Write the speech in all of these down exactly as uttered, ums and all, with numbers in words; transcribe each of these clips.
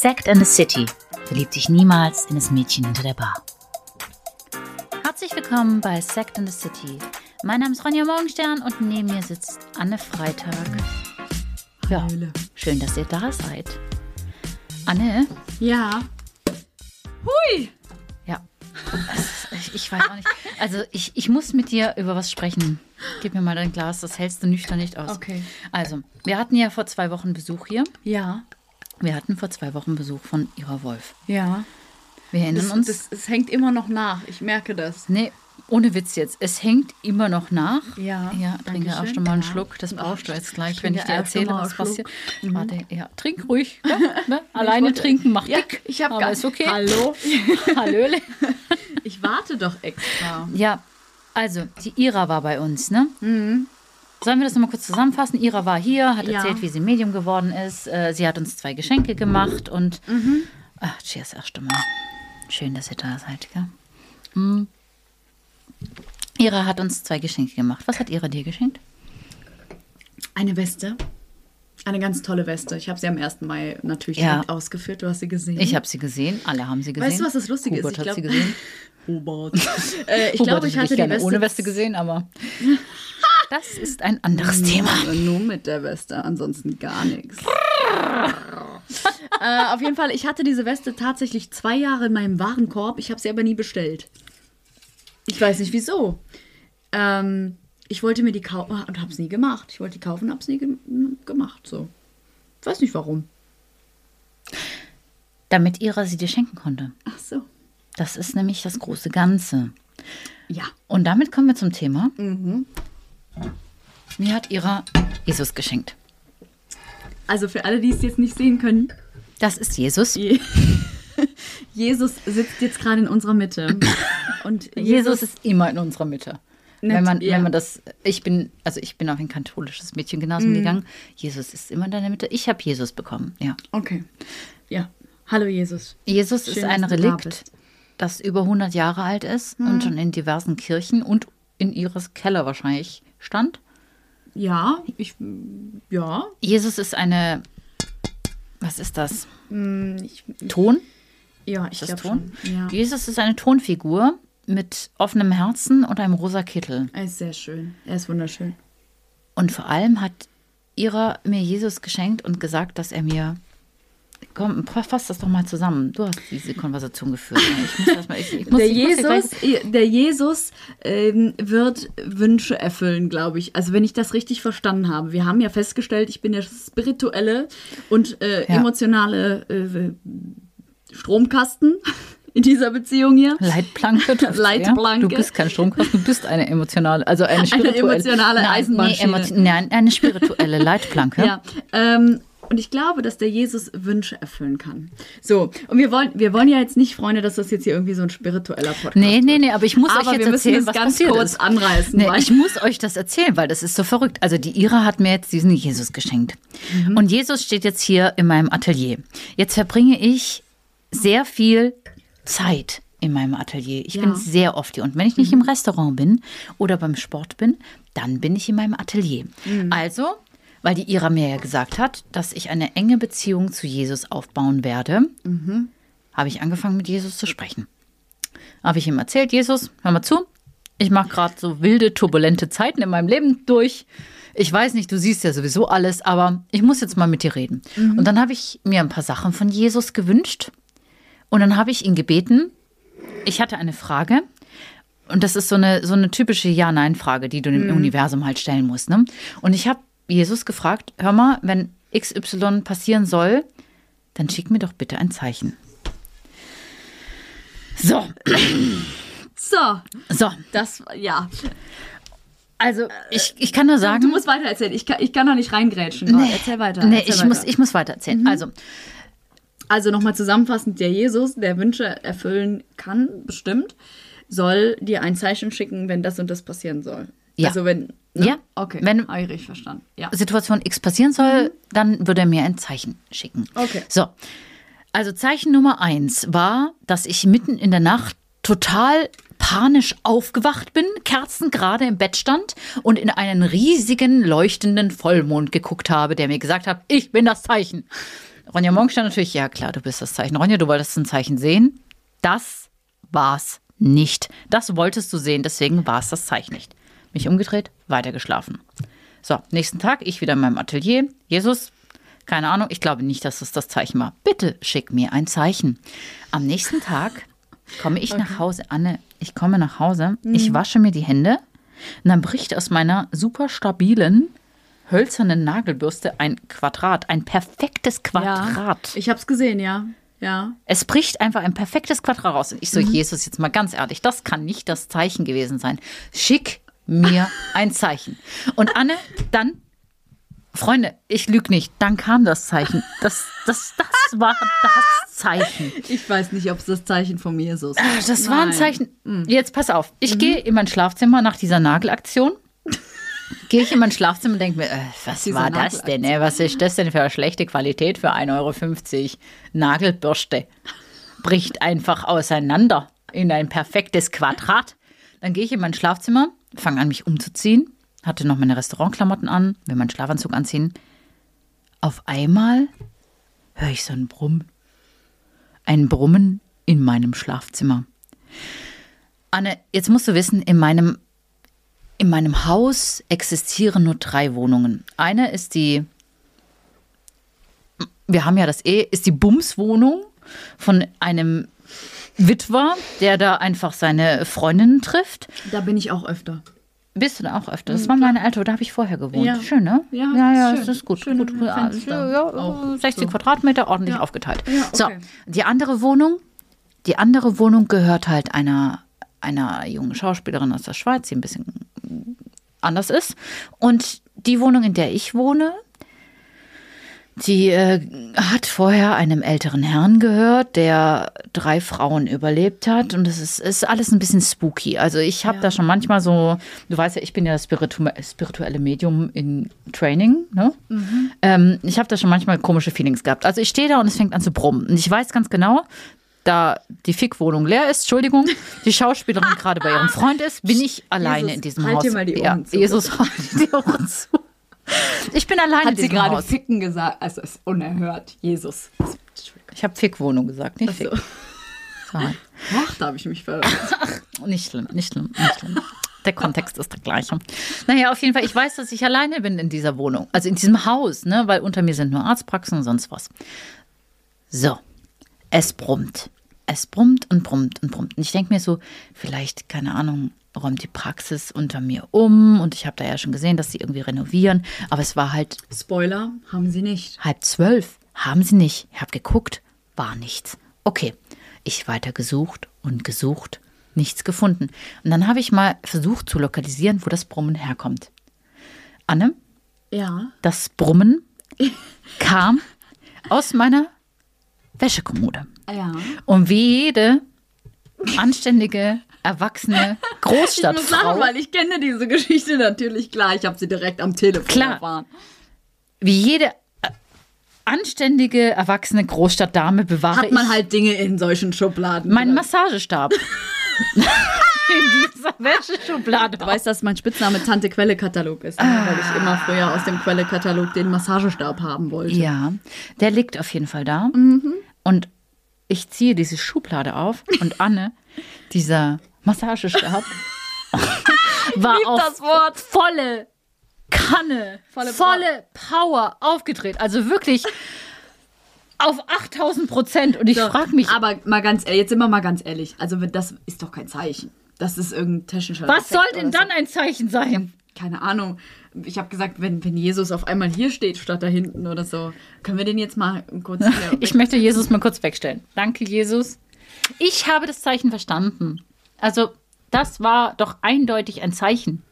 Sect and the City. Verlieb dich niemals in das Mädchen hinter der Bar. Herzlich willkommen bei Sect and the City. Mein Name ist Ronja Morgenstern und neben mir sitzt Anne Freitag. Ja, schön, dass ihr da seid. Anne? Ja. Hui! Ja, ich, ich weiß auch nicht. Also ich, ich muss mit dir über was sprechen. Gib mir mal dein Glas, das hältst du nüchtern nicht aus. Okay. Also, wir hatten ja vor zwei Wochen Besuch hier. Ja. Wir hatten vor zwei Wochen Besuch von Ira Wolf. Ja. Wir erinnern das, uns. Das, es hängt immer noch nach, ich merke das. Nee, ohne Witz jetzt. Es hängt immer noch nach. Ja. Ja, trinke erst mal einen Schluck. Das brauchst du jetzt gleich, wenn ich dir erzähle, was passiert. Mhm. Warte, ja, trink ruhig. Ja, ne? Alleine wollte, trinken macht ja, dick. Ich habe gar ist okay. Hallo. Hallöle. Ich warte doch extra. Ja, also die Ira war bei uns, ne? Mhm. Sollen wir das nochmal kurz zusammenfassen? Ira war hier, hat Ja. erzählt, wie sie Medium geworden ist. Sie hat uns zwei Geschenke gemacht und Mhm. ach, cheers erst einmal. Schön, dass ihr da seid, gell? Mhm. Ira hat uns zwei Geschenke gemacht. Was hat Ira dir geschenkt? Eine Weste. Eine ganz tolle Weste. Ich habe sie am ersten Mai natürlich Ja. direkt ausgeführt. Du hast sie gesehen. Ich habe sie gesehen, alle haben sie gesehen. Weißt du, was das Lustige Hubert ist? hat Ich sie glaub- gesehen. Hubert. äh, ich Hubert glaube, ich hätte hatte die gerne Weste ohne Weste gesehen, aber das ist ein anderes Thema. Nur, nur mit der Weste, ansonsten gar nichts. äh, auf jeden Fall, ich hatte diese Weste tatsächlich zwei Jahre in meinem Warenkorb. Ich habe sie aber nie bestellt. Ich weiß nicht wieso. Ähm, ich wollte mir die kaufen und habe es nie gemacht. Ich wollte die kaufen und habe es nie ge gemacht. So. Ich weiß nicht warum. Damit Ira sie dir schenken konnte. Ach so. Das ist nämlich das große Ganze. Ja. Und damit kommen wir zum Thema. Mhm. Mir hat Ira Jesus geschenkt. Also für alle, die es jetzt nicht sehen können, Das ist Jesus. Je Jesus sitzt jetzt gerade in unserer Mitte. Und Jesus ist immer in unserer Mitte. Nett, wenn man, ja. wenn man das, ich bin, also ich bin auf ein katholisches Mädchengymnasium Mhm. gegangen. Jesus ist immer in deiner Mitte. Ich habe Jesus bekommen, ja. Okay. Ja. Hallo Jesus. Jesus Schön, ist ein dass du da Relikt, bist. das über hundert Jahre alt ist Mhm. und schon in diversen Kirchen und in Iras Keller wahrscheinlich stand. Ja, ich, ja. Jesus ist eine, was ist das? Hm, Ich, Ton? ja, ich Ist das glaube Ton? schon. Ja. Jesus ist eine Tonfigur mit offenem Herzen und einem rosa Kittel. Er ist sehr schön. Er ist wunderschön. Und vor allem hat Ira mir Jesus geschenkt und gesagt, dass er mir... Komm, fass das doch mal zusammen. Du hast diese Konversation geführt. Ich muss das mal, ich, ich muss, Der ich muss dir Jesus, gleich- der Jesus ähm, wird Wünsche erfüllen, glaube ich. Also wenn ich das richtig verstanden habe. Wir haben ja festgestellt, ich bin der spirituelle und äh, Ja. emotionale äh, Stromkasten in dieser Beziehung hier. Leitplanke. Du, Leitplanke. Ja, du bist kein Stromkasten, du bist eine emotionale, also eine Eine spirituelle. emotionale nein, Eisenbahnschiene. Nee, emo- nein, eine spirituelle Leitplanke. Ja, ähm, und ich glaube, dass der Jesus Wünsche erfüllen kann. So, und wir wollen, wir wollen ja jetzt nicht, Freunde, dass das jetzt hier irgendwie so ein spiritueller Podcast Nee, nee, wird. nee, aber ich muss Aber euch jetzt wir müssen erzählen, es was ganz passiert kurz ist. anreißen. Nee, weil- ich muss euch das erzählen, weil das ist so verrückt. Also die Ira hat mir jetzt diesen Jesus geschenkt. Mhm. Und Jesus steht jetzt hier in meinem Atelier. Jetzt verbringe ich sehr viel Zeit in meinem Atelier. Ich Ja. bin sehr oft hier. Und wenn ich nicht im Restaurant bin oder beim Sport bin, dann bin ich in meinem Atelier. Mhm. Also, weil die Ira mir ja gesagt hat, dass ich eine enge Beziehung zu Jesus aufbauen werde, Mhm. habe ich angefangen, mit Jesus zu sprechen. Habe ich ihm erzählt, Jesus, hör mal zu, ich mache gerade so wilde, turbulente Zeiten in meinem Leben durch. Ich weiß nicht, du siehst ja sowieso alles, aber ich muss jetzt mal mit dir reden. Mhm. Und dann habe ich mir ein paar Sachen von Jesus gewünscht und dann habe ich ihn gebeten, ich hatte eine Frage und das ist so eine, so eine typische Ja-Nein-Frage, die du dem Mhm. Universum halt stellen musst. Ne? Und ich habe Jesus gefragt, hör mal, wenn X Y passieren soll, dann schick mir doch bitte ein Zeichen. So, So, so. das, ja. Also, ich, ich kann nur sagen. Du musst weiter erzählen. Ich kann, ich kann doch nicht reingrätschen. Nee, Erzähl weiter. Nee, erzähl ich, weiter. Muss, ich muss weiter erzählen. Also, Also nochmal zusammenfassend, der Jesus, der Wünsche erfüllen kann, bestimmt, soll dir ein Zeichen schicken, wenn das und das passieren soll. Ja. Also wenn, ne? Ja. Okay, Wenn- habe ich richtig verstanden. Ja. Situation X passieren soll, dann würde er mir ein Zeichen schicken. Okay. So. Also, Zeichen Nummer eins war, dass ich mitten in der Nacht total panisch aufgewacht bin, Kerzen gerade im Bett stand und in einen riesigen, leuchtenden Vollmond geguckt habe, der mir gesagt hat, ich bin das Zeichen. Ronja Morgenstern natürlich, ja klar, du bist das Zeichen. Ronja, du wolltest ein Zeichen sehen. Das war's nicht. Das wolltest du sehen, deswegen war es das Zeichen nicht. Mich umgedreht, weitergeschlafen. So, nächsten Tag, ich wieder in meinem Atelier. Jesus, keine Ahnung, ich glaube nicht, dass es das Zeichen war. Bitte schick mir ein Zeichen. Am nächsten Tag komme ich okay. nach Hause. Anne, ich komme nach Hause, mhm. ich wasche mir die Hände und dann bricht aus meiner super stabilen, hölzernen Nagelbürste ein Quadrat, ein perfektes Quadrat. Ja, ich habe es gesehen, ja. Ja. Es bricht einfach ein perfektes Quadrat raus. Und ich so, mhm. Jesus, jetzt mal ganz ehrlich, das kann nicht das Zeichen gewesen sein. Schick mir ein Zeichen. Und Anne, dann, Freunde, ich lüge nicht, dann kam das Zeichen. Das, das, das war das Zeichen. Ich weiß nicht, ob es das Zeichen von Jesus ist. Das Nein. war ein Zeichen. Jetzt pass auf, ich mhm. gehe in mein Schlafzimmer nach dieser Nagelaktion. Gehe ich in mein Schlafzimmer und denke mir, äh, was Dieser war das denn? Ey? Was ist das denn für eine schlechte Qualität für ein Euro fünfzig? Nagelbürste bricht einfach auseinander in ein perfektes Quadrat. Dann gehe ich in mein Schlafzimmer, fange an, mich umzuziehen, hatte noch meine Restaurantklamotten an, will meinen Schlafanzug anziehen. Auf einmal höre ich so ein Brummen. Ein Brummen in meinem Schlafzimmer. Anne, jetzt musst du wissen, in meinem In meinem Haus existieren nur drei Wohnungen. Eine ist die, wir haben ja das eh, ist die Bumswohnung von einem Witwer, der da einfach seine Freundinnen trifft. Da bin ich auch öfter. Bist du da auch öfter? Das war meine alte, da habe ich vorher gewohnt. Ja. Schön, ne? Ja, ja, ja, schön. das ist gut. Schöne gut. Fenster. Ja, auch sechzig so. Quadratmeter, ordentlich Ja. aufgeteilt. Ja, okay. So, die andere Wohnung, die andere Wohnung gehört halt einer einer jungen Schauspielerin aus der Schweiz, die ein bisschen anders ist. Und die Wohnung, in der ich wohne, die äh, hat vorher einem älteren Herrn gehört, der drei Frauen überlebt hat. Und es ist, ist alles ein bisschen spooky. Also ich habe Ja. da schon manchmal so, du weißt ja, ich bin ja das spiritu spirituelle Medium in Training. Ne? Mhm. Ähm, ich habe da schon manchmal komische Feelings gehabt. Also ich stehe da und es fängt an zu brummen. Und ich weiß ganz genau, da die Fick-Wohnung leer ist, Entschuldigung, die Schauspielerin gerade bei ihrem Freund ist, bin ich alleine Jesus, in diesem halt Haus. dir mal die Ohren ja, zu. Jesus, halt die Ohren zu. Ich bin alleine Hat in sie diesem gerade Haus. Ficken gesagt? Also, es ist unerhört. Jesus. Ich habe Fick-Wohnung gesagt, nicht Fick. So. Sorry. Ach, da habe ich mich verhört. Nicht schlimm, nicht schlimm, nicht schlimm. Der Kontext ist der gleiche. Naja, auf jeden Fall, ich weiß, dass ich alleine bin in dieser Wohnung. Also in diesem Haus, ne? Weil unter mir sind nur Arztpraxen und sonst was. So, es brummt. Es brummt und brummt und brummt. Und ich denke mir so, vielleicht, keine Ahnung, räumt die Praxis unter mir um. Und ich habe da ja schon gesehen, dass sie irgendwie renovieren. Aber es war halt Spoiler, haben sie nicht. halb zwölf. Haben sie nicht. Ich habe geguckt, war nichts. Okay, ich weiter gesucht und gesucht, nichts gefunden. Und dann habe ich mal versucht zu lokalisieren, wo das Brummen herkommt. Anne, Ja. das Brummen kam aus meiner Wäschekommode. Ja. Und wie jede anständige, erwachsene Großstadtfrau. Ich muss lachen, weil ich kenne diese Geschichte natürlich klar. Ich habe sie direkt am Telefon Klar. erfahren. Wie jede äh, anständige, erwachsene Großstadtdame bewahre Hat man ich halt Dinge in solchen Schubladen. meinen drin. Massagestab. In dieser Wäscheschublade. Du weißt, dass mein Spitzname Tante Quelle-Katalog ist, ne? Ah. Weil ich immer früher aus dem Quelle-Katalog den Massagestab haben wollte. Ja, der liegt auf jeden Fall da. Mhm. Und ich ziehe diese Schublade auf und Anne, dieser Massagestab, war lieb auf das Wort. volle Kanne, Volle volle, Power aufgedreht. Also wirklich auf achttausend Prozent. Und ich So, frage mich, Aber mal ganz ehrlich, jetzt sind wir mal ganz ehrlich. Also das ist doch kein Zeichen. Das ist irgendein technischer was Defekt soll oder denn so. dann ein Zeichen sein? Keine Ahnung. Ich habe gesagt, wenn, wenn Jesus auf einmal hier steht, statt da hinten oder so, können wir den jetzt mal kurz hier Ich möchte Jesus mal kurz wegstellen. Danke, Jesus. Ich habe das Zeichen verstanden. Also, das war doch eindeutig ein Zeichen.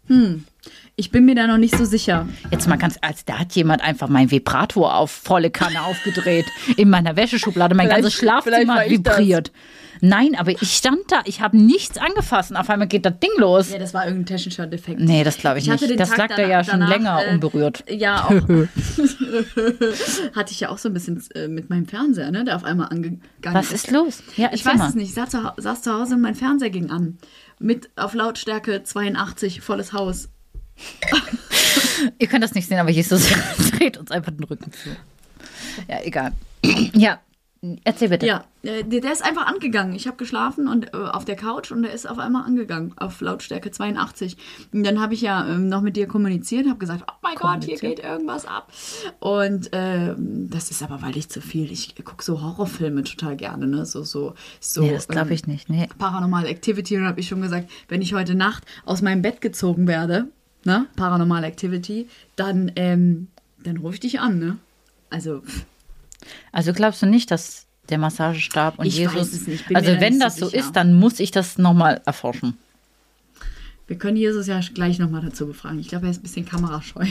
Ich bin mir da noch nicht so sicher. Jetzt mal ganz als da hat jemand einfach mein Vibrator auf volle Kanne aufgedreht in meiner Wäscheschublade. Mein Vielleicht- ganzes vielleicht Schlafzimmer war hat ich das. vibriert. Nein, aber ich stand da, ich habe nichts angefasst und auf einmal geht das Ding los. Ja, das war irgendein technischer Defekt. Nee, das glaube ich, Ich hatte nicht. den Das Tag lag da ja danach- schon danach, länger äh, unberührt. Ja, auch. Hatte ich ja auch so ein bisschen äh, mit meinem Fernseher, ne, der auf einmal angegangen Was ist los? Ja, Ich erzähl weiß mal. es nicht. Ich saß zu, saß zu Hause und mein Fernseher ging an. Mit auf Lautstärke zweiundachtzig, volles Haus. Ihr könnt das nicht sehen, aber Jesus dreht uns einfach den Rücken zu. Ja, egal. Ja, erzähl bitte. Ja, äh, der, der ist einfach angegangen. Ich habe geschlafen und äh, auf der Couch und der ist auf einmal angegangen auf Lautstärke zweiundachtzig. Und dann habe ich ja ähm, noch mit dir kommuniziert, habe gesagt, oh mein Gott, hier geht irgendwas ab. Und ähm, das ist aber, weil ich zu viel, ich gucke so Horrorfilme total gerne, ne? So, so, so. Nee, das glaube ich ähm, nicht, nee. Paranormal Activity, und habe ich schon gesagt, wenn ich heute Nacht aus meinem Bett gezogen werde, ne? Paranormal Activity, dann, ähm, dann rufe ich dich an, ne? Also, pff. Also glaubst du nicht, dass der Massagestab und Ich Jesus... weiß es nicht, bin also mir da wenn nicht so das so sicher. ist, dann muss ich das nochmal erforschen. Wir können Jesus ja gleich nochmal dazu befragen. Ich glaube, er ist ein bisschen kamerascheu.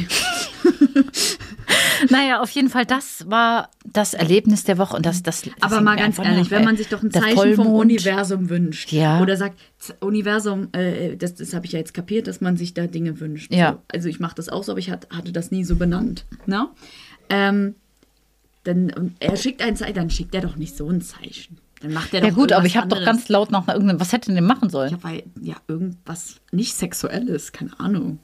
Naja, auf jeden Fall, das war das Erlebnis der Woche. Und das, das, das Aber hängt mal mir ganz einfach ehrlich, nach, wenn man ey. sich doch ein Der Zeichen vom Vollmond. Universum wünscht Ja. oder sagt, Z- Universum, äh, das, das habe ich ja jetzt kapiert, dass man sich da Dinge wünscht. Ja. So, also ich mache das auch so, aber ich hat, hatte das nie so benannt. Ne? Ähm, dann, und er schickt ein Zeichen, dann schickt er doch nicht so ein Zeichen. Dann macht er doch Ja gut, aber irgendwas ich habe doch anderes. ganz laut nach irgendeinem... Was hätte denn machen sollen? Ja, weil, ja, irgendwas nicht Sexuelles, keine Ahnung.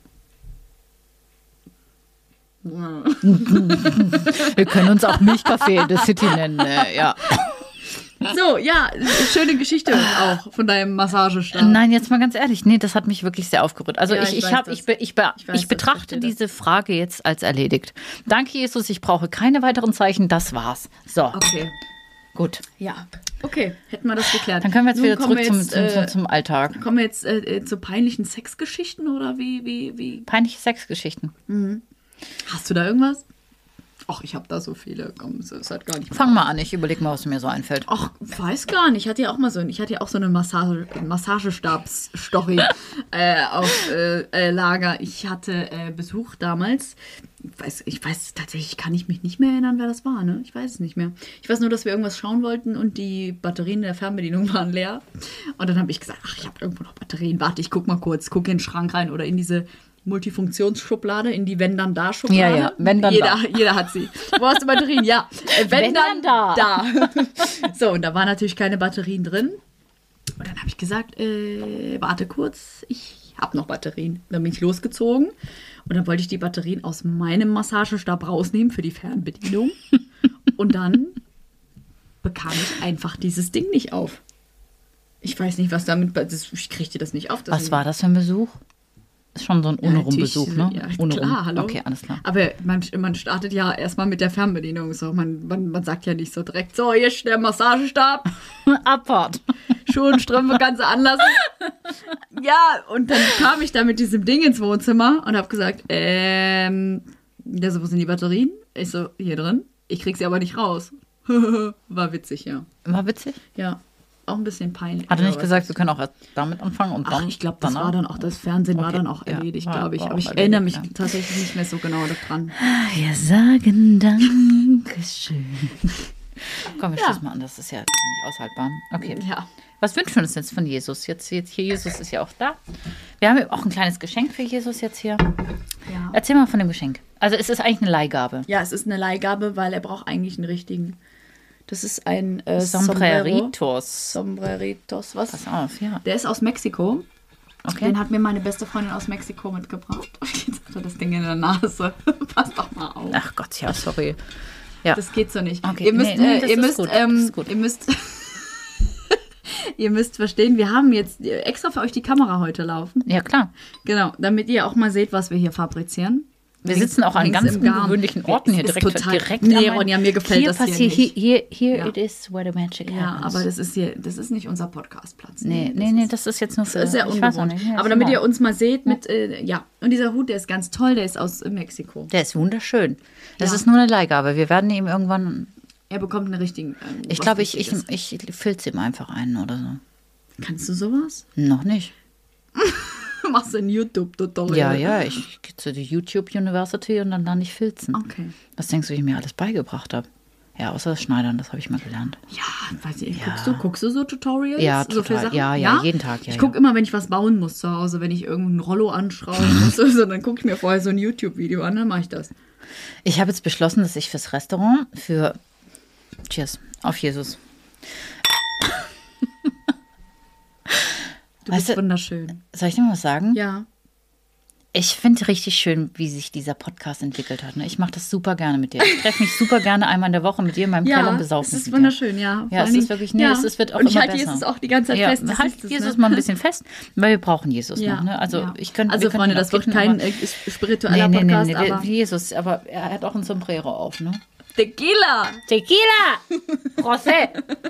Wir können uns auch Milchkaffee in der City nennen. Äh, ja. So, ja, schöne Geschichte auch von deinem Massagestab. Nein, jetzt mal ganz ehrlich, nee, das hat mich wirklich sehr aufgerührt. Also Ja, ich, ich ich, weiß hab, das. ich, be, ich, be, Ich weiß ich das, betrachte ich verstehe das. diese Frage jetzt als erledigt. Danke, Jesus, ich brauche keine weiteren Zeichen, das war's. So, Okay, gut. ja. Okay, hätten wir das geklärt. Dann können wir jetzt Nun wieder kommen zurück wir zum, jetzt, zum, zum, äh, zum Alltag. Kommen wir jetzt äh, zu peinlichen Sexgeschichten oder wie, wie, wie? Peinliche Sexgeschichten. Hast du da irgendwas? Ach, ich habe da so viele. Komm, es ist halt gar nicht. Fang mal an, ich überlege mal, was mir so einfällt. Ach, weiß gar nicht. Ich hatte ja auch mal so, ein- ich hatte ja auch so eine Massage, Massagestabs-Story äh, auf äh, äh, Lager. Ich hatte äh, Besuch damals. Ich weiß, ich weiß tatsächlich, kann ich mich nicht mehr erinnern, wer das war. Ne? Ich weiß es nicht mehr. Ich weiß nur, dass wir irgendwas schauen wollten und die Batterien der Fernbedienung waren leer. Und dann habe ich gesagt, ach, ich habe irgendwo noch Batterien. Warte, ich guck mal kurz, guck in den Schrank rein oder in diese Multifunktionsschublade, in die Wenn dann da Schublade. Ja, ja, wenn dann jeder, da. Jeder hat sie. Wo hast du Batterien? Ja, äh, wenn, Wenn dann, dann da. So, und da waren natürlich keine Batterien drin. Und dann habe ich gesagt, äh, warte kurz, ich habe noch Batterien. Dann bin ich losgezogen und dann wollte ich die Batterien aus meinem Massagestab rausnehmen für die Fernbedienung. Und dann bekam ich einfach dieses Ding nicht auf. Ich weiß nicht, was damit, das, ich kriegte das nicht auf. Das Was war das für ein Besuch? Ist schon so ein Unrum-Besuch, ne? Ja, Unrum. klar, hallo. Okay, alles klar. Aber man, man startet ja erstmal mit der Fernbedienung. So. Man, man, man sagt ja nicht so direkt, so, hier ist der Massagestab, Abfahrt. Schuhe und Strümpfe kannst du anlassen. Ja, und dann kam ich da mit diesem Ding ins Wohnzimmer und habe gesagt, ähm, ja, so, wo sind die Batterien? Ich so, hier drin. Ich krieg sie aber nicht raus. War witzig, ja. War witzig. Ja, auch ein bisschen peinlich. Hat er nicht aber gesagt, wir können auch erst damit anfangen und dann. Ach, ich glaube, das danach? war dann auch, das Fernsehen war Okay, dann auch ja, erledigt, war- glaube ich. war Aber auch ich erledigt, erinnere mich ja. tatsächlich nicht mehr so genau daran. Wir sagen Dankeschön. Komm, wir Ja. schließen mal an, das ist ja nicht aushaltbar. Okay. Ja. Was wünschen wir uns jetzt von Jesus? Jetzt, jetzt hier, Jesus ist ja auch da. Wir haben ja auch ein kleines Geschenk für Jesus jetzt hier. Ja. Erzähl mal von dem Geschenk. Also es ist eigentlich eine Leihgabe. Ja, es ist eine Leihgabe, weil er braucht eigentlich einen richtigen. Das ist ein äh, Sombrero. Sombreritos. Sombreritos, was? Pass auf, ja. Der ist aus Mexiko. Okay. Den hat mir meine beste Freundin aus Mexiko mitgebracht. Jetzt hat er das Ding in der Nase. Pass doch mal auf. Ach Gott, ja, sorry. Ja. Das geht so nicht. Okay, Ihr müsst, nee, nee, äh, das ihr ist müsst, gut, das ähm, ist gut. ihr müsst, ihr müsst verstehen, wir haben jetzt extra für euch die Kamera heute laufen. Ja, klar. Genau, damit ihr auch mal seht, was wir hier fabrizieren. Wir sitzen auch an Links ganz im Garn. ungewöhnlichen Orten hier Es ist direkt. total- direkt Nee, an mein- Ronja, mir gefällt hier das hier passiert, nicht. Hier, here Ja. it is where the magic Ja, happens. aber das ist hier, das ist nicht unser Podcastplatz. Nee, das nee, nee, ist- das ist jetzt nur für... Das ist sehr ich weiß auch ungewohnt. nicht. Ja, Aber ist damit ihr normal. uns mal seht mit, äh, ja. Und dieser Hut, der ist ganz toll, der ist aus äh, Mexiko. Der ist wunderschön. Das Ja. ist nur eine Leihgabe. Wir werden ihm irgendwann... Er bekommt einen richtigen. Ähm, Ich was glaube, ich, ich, Wichtiges. ich filze ihm einfach ein oder so. Kannst du sowas? Noch nicht. Machst du ein YouTube-Tutorial? Ja, ja, ich gehe zu der YouTube University und dann lerne ich filzen. Okay. Was denkst du, wie ich mir alles beigebracht habe? Ja, außer das Schneidern, das habe ich mal gelernt. Ja, weiß ich. Ja. Guckst du, guckst du so Tutorials? Ja, so für total. Sachen? Ja, ja, jeden Tag, ja, ich gucke ja. immer, wenn ich was bauen muss zu Hause, wenn ich irgendein Rollo anschrauben muss, also, dann gucke ich mir vorher so ein YouTube-Video an, dann mache ich das. Ich habe jetzt beschlossen, dass ich fürs Restaurant, für... Cheers, auf Jesus. Du Weißt bist du- wunderschön. Soll ich dir mal was sagen? Ja. Ich finde richtig schön, wie sich dieser Podcast entwickelt hat. Ne? Ich mache das super gerne mit dir. Ich treffe mich super gerne einmal in der Woche mit dir in meinem Ja, Keller und besaufen. es ist mit dir. wunderschön, ja. Ja, es ist wirklich, nee, ja. es, es wird auch und ich immer halte besser. Jesus auch die ganze Zeit Ja, fest. das halt ist es, Jesus ne? mal ein bisschen fest, weil wir brauchen Jesus Ja, noch. Ne? Also, ja. ich könnt, also wir Freunde, das wird kitten, kein aber, äh, spiritueller nee, nee, Podcast, nee, nee, aber... Jesus, aber er hat auch ein Sombrero auf, ne? Tequila! Tequila! Rosé!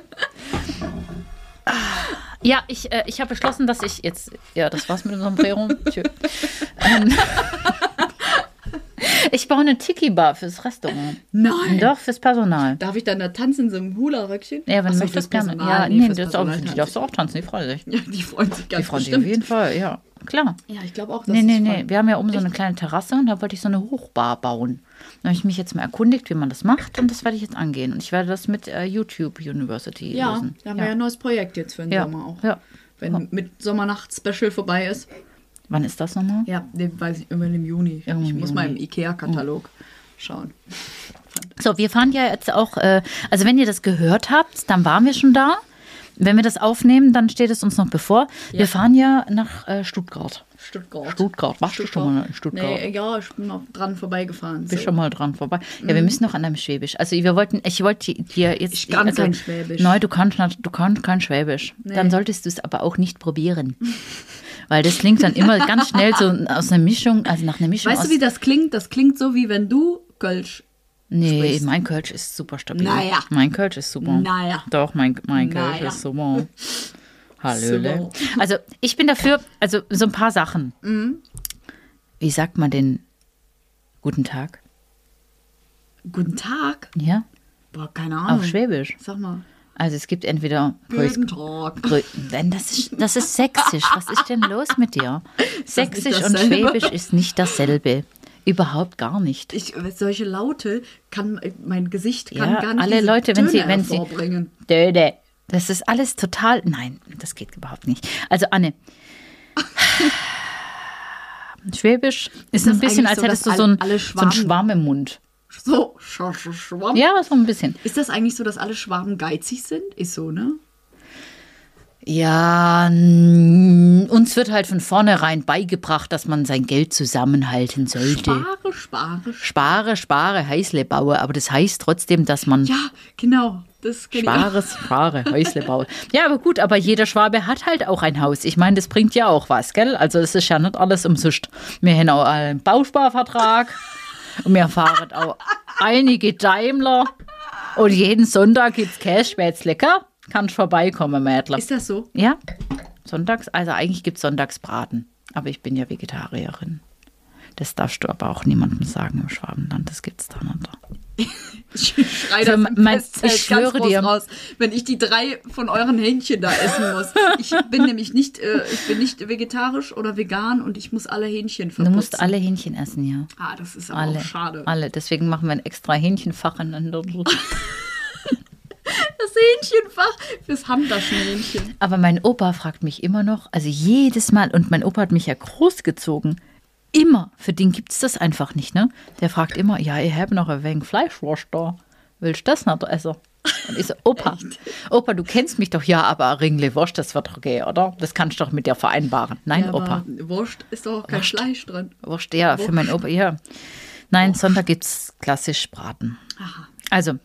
Ja, ich, äh, ich habe beschlossen, dass ich jetzt... Ja, das war's mit dem Sombrero. Tschö. ähm, ich baue eine Tiki-Bar fürs Restaurant. Nein! Doch, fürs Personal. Darf ich dann da tanzen in so einem Hula-Röckchen? Ja, wenn Ach du so, möchtest, fürs gerne. Personal, Ja, nee, nee, fürs das auch, Personal die darfst du auch tanzen, die freuen sich. Ja, die freuen sich ganz Die freuen sich bestimmt. auf jeden Fall, ja. Klar. Ja, ich glaube auch, dass Nee, nee, es nee. voll- Wir haben ja oben so eine kleine Terrasse und da wollte ich so eine Hochbar bauen. Da habe ich mich jetzt mal erkundigt, wie man das macht und das werde ich jetzt angehen. Und ich werde das mit äh, YouTube University Ja, lösen. da haben wir ja ein neues Projekt jetzt für den Ja. Sommer auch. Ja. Wenn mit Sommernacht-Special vorbei ist. Wann ist das nochmal? Ja, den weiß ich irgendwann im Juni. Irgendwann ich im muss Juni. mal im Ikea-Katalog schauen. So, wir fahren ja jetzt auch, äh, also wenn ihr das gehört habt, dann waren wir schon da. Wenn wir das aufnehmen, dann steht es uns noch bevor. Ja. Wir fahren ja nach äh, Stuttgart. Stuttgart. Stuttgart. Warst du schon mal in Stuttgart? Nee, ja, ich bin noch dran vorbeigefahren. Bist so. schon mal dran vorbei. Ja, wir müssen noch an deinem Schwäbisch. Also wir wollten, ich wollte dir jetzt... Ich kann also, kein Schwäbisch. Nein, du kannst, nicht- du kannst kein Schwäbisch. Nee. Dann solltest du es aber auch nicht probieren. Weil das klingt dann immer ganz schnell so aus einer Mischung, also nach einer Mischung Weißt aus... du, wie das klingt? Das klingt so, wie wenn du Kölsch Nee, sprichst. mein Kölsch ist super stabil. Naja. Mein Kölsch ist super. Naja. Doch, mein, mein Kölsch Naja. ist super. Hallöle. Super. Also ich bin dafür, also so ein paar Sachen. Mhm. Wie sagt man denn guten Tag? Guten Tag? Ja, Boah, keine Ahnung. auf Schwäbisch. Sag mal. Also es gibt entweder Grüß, Guten Tag. Grü denn das ist, das ist sächsisch. Was ist denn los mit dir? das nicht Sächsisch und dasselbe? Schwäbisch ist nicht dasselbe. Überhaupt gar nicht. Ich, solche Laute kann mein Gesicht kann Ja, gar nicht alle diese Leute, wenn sie- Töne wenn sie- hervorbringen. Döde. Das ist alles total. Nein, das geht überhaupt nicht. Also Anne. Schwäbisch ist, das ein bisschen, eigentlich als so, hättest dass du so ein, alle so einen Schwaben- Schwamm im Mund. So, sch sch Schwamm. Ja, so ein bisschen. Ist das eigentlich so, dass alle Schwaben geizig sind? Ist so, ne? Ja, n- uns wird halt von vornherein beigebracht, dass man sein Geld zusammenhalten sollte. Spare, spare. Spare, spare, Häusle baue. Aber das heißt trotzdem, dass man Ja, genau. Das kenn ich auch. Spare, spare, Häusle baue. Ja, aber gut, aber jeder Schwabe hat halt auch ein Haus. Ich meine, das bringt ja auch was, gell? Also es ist ja nicht alles umsonst. Wir haben auch einen Bausparvertrag und wir fahren auch einige Daimler und jeden Sonntag gibt es Kässpätzle, gell? Kannst vorbeikommen, Mädler. Ist das so? Ja, sonntags, also eigentlich gibt es Sonntagsbraten. Aber ich bin ja Vegetarierin. Das darfst du aber auch niemandem sagen im Schwabenland. Das gibt es da nicht. Ich schreie das Also, im mein- Festzelt ich ganz schwöre groß dir. raus, wenn ich die drei von euren Hähnchen da essen muss. Ich bin nämlich nicht, äh, ich bin nicht vegetarisch oder vegan und ich muss alle Hähnchen Du verputzen. musst alle Hähnchen essen, ja. Ah, das ist aber Alle. auch schade. Alle. Deswegen machen wir ein extra Hähnchenfach in der Das Hähnchenfach fürs Handtaschenhähnchen. Aber mein Opa fragt mich immer noch, also jedes Mal, und mein Opa hat mich ja großgezogen, immer, für den gibt es das einfach nicht, ne? Der fragt immer, ja, ich habe noch ein wenig Fleischwurst da. Willst du das nicht essen? Und ich so, Opa, Opa, du kennst mich doch, ja, aber ein Ringle Wurst, das wird doch gehen, oder? Das kannst du doch mit dir vereinbaren. Nein, Ja, Opa. aber Wurst ist doch auch kein Wurst. Fleisch drin. Wurst, ja, für meinen Opa, ja. Nein, Sonntag gibt es klassisch Braten. Aha. Also,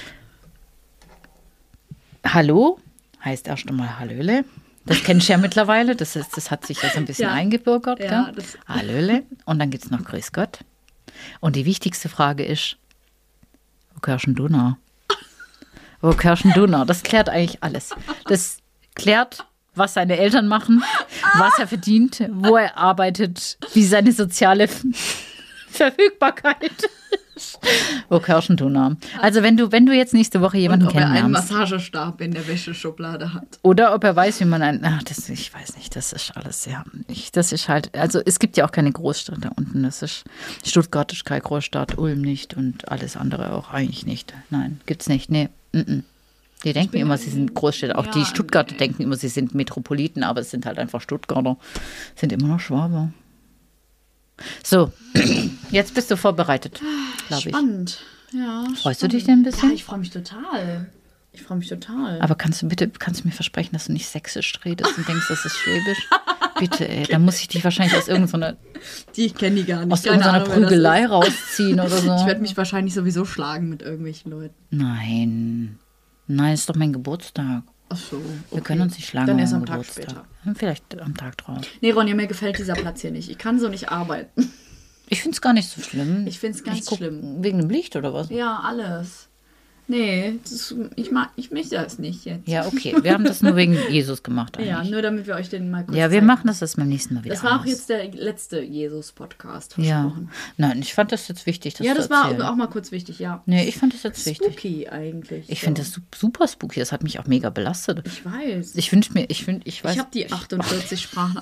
Hallo heißt erst einmal Hallöle. Das kennst du ja mittlerweile. Das, ist, das hat sich ja so ein bisschen Ja. eingebürgert. Ja, gell? das- Hallöle. Und dann gibt es noch Grüß Gott. Und die wichtigste Frage ist, wo gehörst denn du noch? Wo gehörst denn du noch? Das klärt eigentlich alles. Das klärt, was seine Eltern machen, was er verdient, wo er arbeitet, wie seine soziale Verfügbarkeit ist. Wo gehörst denn du noch? Also wenn du, wenn du jetzt nächste Woche jemanden Und ob er einen kennenlernst. Massagestab in der Wäscheschublade hat. Oder ob er weiß, wie man ein. Ach, das, ich weiß nicht, das ist alles, ja. Ich, das ist halt, also es gibt ja auch keine Großstadt da unten. Das ist Stuttgart ist keine Großstadt, Ulm nicht und alles andere auch eigentlich nicht. Nein, gibt's nicht. Nee. Mm -mm. Die denken immer, sie sind Großstädte. Auch ja, die Stuttgarter denken immer, sie sind Metropoliten, aber es sind halt einfach Stuttgarter. Sind immer noch Schwaber. So, jetzt bist du vorbereitet, glaube ich. Spannend. Ja, Freust du spannend. dich denn ein bisschen? Ja, ich freue mich total. Ich freue mich total. Aber kannst du bitte, kannst du mir versprechen, dass du nicht sächsisch redest und denkst, das ist Schwäbisch? bitte, ey. Dann muss ich dich wahrscheinlich aus irgendeiner, Die, ich kenne die gar nicht. aus Keine irgendeiner Ahnung, wer das Prügelei ist. rausziehen oder so. Ich werde mich wahrscheinlich sowieso schlagen mit irgendwelchen Leuten. Nein. Nein, ist doch mein Geburtstag. Ach so, okay. Wir können uns nicht schlagen Dann an erst meinem am Tag Geburtstag. später. Hm, Vielleicht am Tag drauf. Nee, Ronja, mir gefällt dieser Platz hier nicht. Ich kann so nicht arbeiten. Ich finde es gar nicht so schlimm. Ich find's ganz guck, schlimm. Wegen dem Licht oder was? Ja, alles. Nee, das ist, ich, mag, ich möchte das nicht jetzt. Ja, okay. Wir haben das nur wegen Jesus gemacht eigentlich. Ja, nur damit wir euch den mal kurz Ja, wir zeigen. machen das das beim nächsten Mal wieder Das war auch anders. jetzt der letzte Jesus-Podcast, Ja. versprochen. Nein, ich fand das jetzt wichtig, das Ja, zu das war erzählen. auch mal kurz wichtig, ja. Nee, ich fand das jetzt wichtig. Spooky eigentlich. Ich so. finde das su- super spooky. Das hat mich auch mega belastet. Ich weiß. Ich wünsche mir, ich finde, ich weiß. Ich habe die achtundvierzig Sprachen.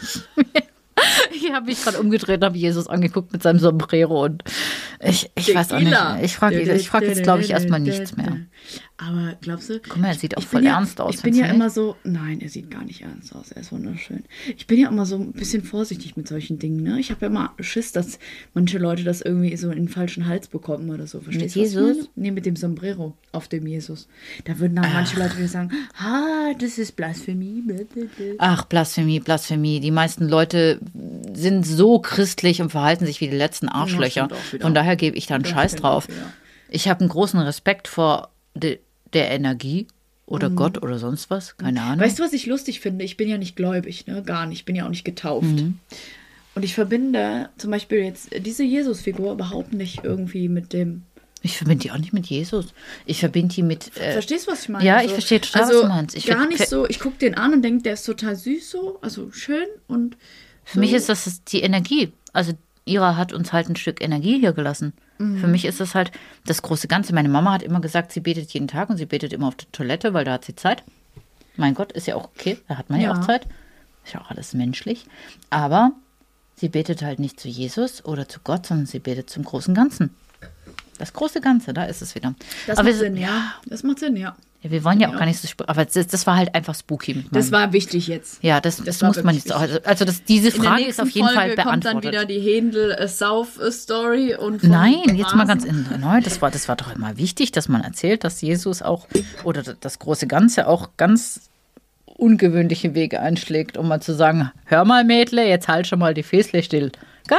Ich habe mich gerade umgedreht und habe Jesus angeguckt mit seinem Sombrero und ich, ich weiß auch nicht. Ich frage ich frag jetzt, glaube ich, erstmal nichts mehr. Aber glaubst du? Guck mal, er sieht auch ich voll bin ja, ernst aus. Ich bin ja findest du immer nicht? so, nein, er sieht gar nicht ernst aus, er ist wunderschön. Ich bin ja immer so ein bisschen vorsichtig mit solchen Dingen, ne? Ich habe ja immer Schiss, dass manche Leute das irgendwie so in den falschen Hals bekommen oder so. Verstehst du, was ich Jesus? meine? Nee, mit dem Sombrero auf dem Jesus. Da würden dann manche Leute wieder sagen, ah, das ist Blasphemie. Blablabla. Ach, Blasphemie, Blasphemie. Die meisten Leute sind so christlich und verhalten sich wie die letzten Arschlöcher. stimmt auch wieder. Von daher gebe ich da einen Das Scheiß stimmt drauf. auch wieder. Ich habe einen großen Respekt vor de, der Energie oder Gott oder sonst was. Keine Ahnung. Mhm. Weißt du, was ich lustig finde? Ich bin ja nicht gläubig, ne? Gar nicht. Ich bin ja auch nicht getauft. Mhm. Und ich verbinde zum Beispiel jetzt diese Jesus-Figur überhaupt nicht irgendwie mit dem. Ich verbinde die auch nicht mit Jesus. Ich verbinde die mit. Äh, Verstehst du, was ich meine? ja, ich verstehe total, also was du meinst. Ich gar ver- nicht ver- so. Ich gucke den an und denke, der ist total süß so. Also schön und. Für mich ist das die Energie. Also Ira hat uns halt ein Stück Energie hier gelassen. Mhm. Für mich ist das halt das große Ganze. Meine Mama hat immer gesagt, sie betet jeden Tag und sie betet immer auf der Toilette, weil da hat sie Zeit. Mein Gott, ist ja auch okay. Da hat man ja, Ja. auch Zeit. Ist ja auch alles menschlich. Aber sie betet halt nicht zu Jesus oder zu Gott, sondern sie betet zum großen Ganzen. Das große Ganze, da ist es wieder. Das Aber macht wir, Sinn, ja. Das macht Sinn, ja. ja, wir wollen ja auch Ja. gar nicht so sp- aber das, das war halt einfach spooky. Mit Das meinem- war wichtig jetzt. ja, das, das, war muss man wirklich jetzt auch. Also, also das, diese In der Frage ist nächsten auf jeden Fall Folge kommt dann beantwortet. wieder die Händel-Sauf-Story und von Nein, jetzt mal ganz Rasen. in, nein, das war, das war doch immer wichtig, dass man erzählt, dass Jesus auch oder das große Ganze auch ganz ungewöhnliche Wege einschlägt, um mal zu sagen, hör mal Mädle, jetzt halt schon mal die Füße still. Gell?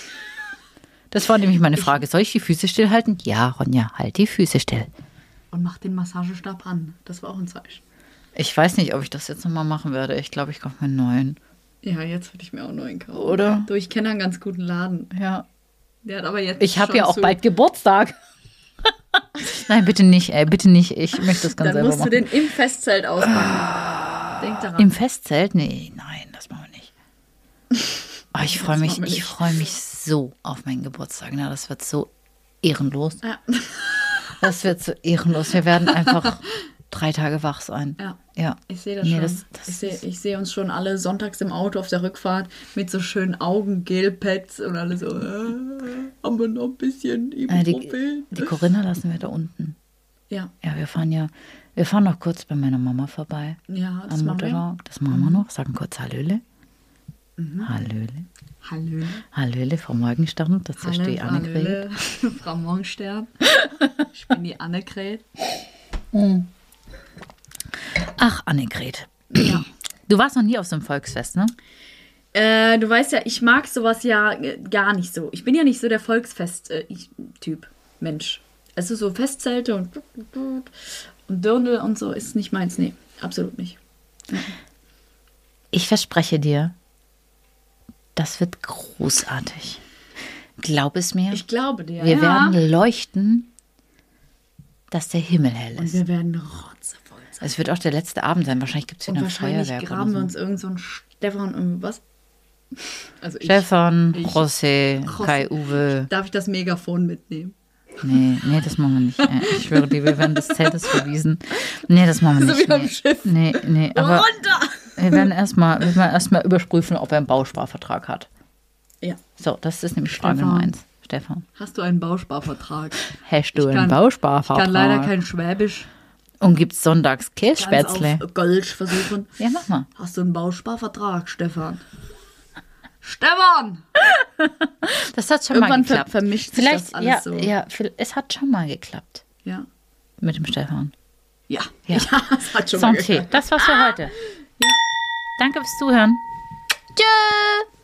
Das war nämlich meine Frage. Soll ich die Füße stillhalten? Ja, Ronja, halt die Füße still. Und mach den Massagestab an. Das war auch ein Zeichen. Ich weiß nicht, ob ich das jetzt nochmal machen werde. Ich glaube, ich kaufe mir einen neuen. Ja, jetzt würde ich mir auch einen neuen kaufen. Oder? Du, ich kenne einen ganz guten Laden. Ja. Der hat aber jetzt Ich habe schon ja auch zu. bald Geburtstag. Nein, bitte nicht, ey, bitte nicht. Ich möchte das ganz Dann selber musst machen. du den im Festzelt auspacken. Denk daran. Im Festzelt? Nee, nein, das machen wir nicht. Oh, ich freue Das mich, machen wir ich nicht. freue mich so auf meinen Geburtstag. Na, das wird so ehrenlos. Ja. Das wird so ehrenlos. Wir werden einfach drei Tage wach sein. Ja. Ja. Ich sehe das Nee, schon. das- das ich sehe ist- ich seh uns schon alle sonntags im Auto auf der Rückfahrt mit so schönen Augengelpads und alle so, äh, haben wir noch ein bisschen Äh, die, Ibuprofen? die Corinna lassen wir da unten. Ja, Ja, wir fahren ja, wir fahren noch kurz bei meiner Mama vorbei. ja, das Am machen wir. Muttertag. Das machen wir noch. Sagen kurz Hallöle. Hallöle. Hallo. Hallöle, Frau Morgenstern. Das ist die Hallo, Annegret. Hallöle. Frau Morgenstern. Ich bin die Annegret. Ach, Annegret. Ja. Du warst noch nie auf so einem Volksfest, ne? Äh, du weißt ja, ich mag sowas ja äh, gar nicht so. Ich bin ja nicht so der Volksfest-Typ, Mensch. Also so Festzelte und und Dirndl und so ist nicht meins. Nee, absolut nicht. Ich verspreche dir, das wird großartig. Glaub es mir. Ich glaube dir. wir ja. werden leuchten, dass der Himmel hell Und ist. wir werden rotzevoll sein. Es wird auch der letzte Abend sein. Wahrscheinlich gibt es Und wieder ein wahrscheinlich Feuerwerk graben wir oder uns so. irgend so einen Stefan irgendwas. Also ich, Stefan, ich- José, José. Kai, Uwe. darf ich das Megafon mitnehmen? Nee, nee, das machen wir nicht. Äh, Ich schwöre dir, wir werden des Zeltes verwiesen. Nee, das machen wir So nicht. wie am nee. Schiff. Nee, nee, aber Runter! wir werden erstmal erst mal überprüfen, ob er einen Bausparvertrag hat. Ja. So, das ist nämlich Frage Stefan. Nummer eins. Stefan, Hast du einen Bausparvertrag? hast du Ich einen kann- Bausparvertrag? Ich kann leider kein Schwäbisch. Und gibt's sonntags Ganz Kässpätzle? auf Gölsch versuchen. Ja, mach mal. Hast du einen Bausparvertrag, Stefan? Stefan! Das hat schon mal Irgendwann ver geklappt. vermischt sich Vielleicht, das alles ja, so. ja, vi- es hat schon mal geklappt Ja. mit dem Stefan. Ja. Ja. Ja, das hat schon mal Santé, geklappt. das war's für heute. Ja. Danke fürs Zuhören. Tschö.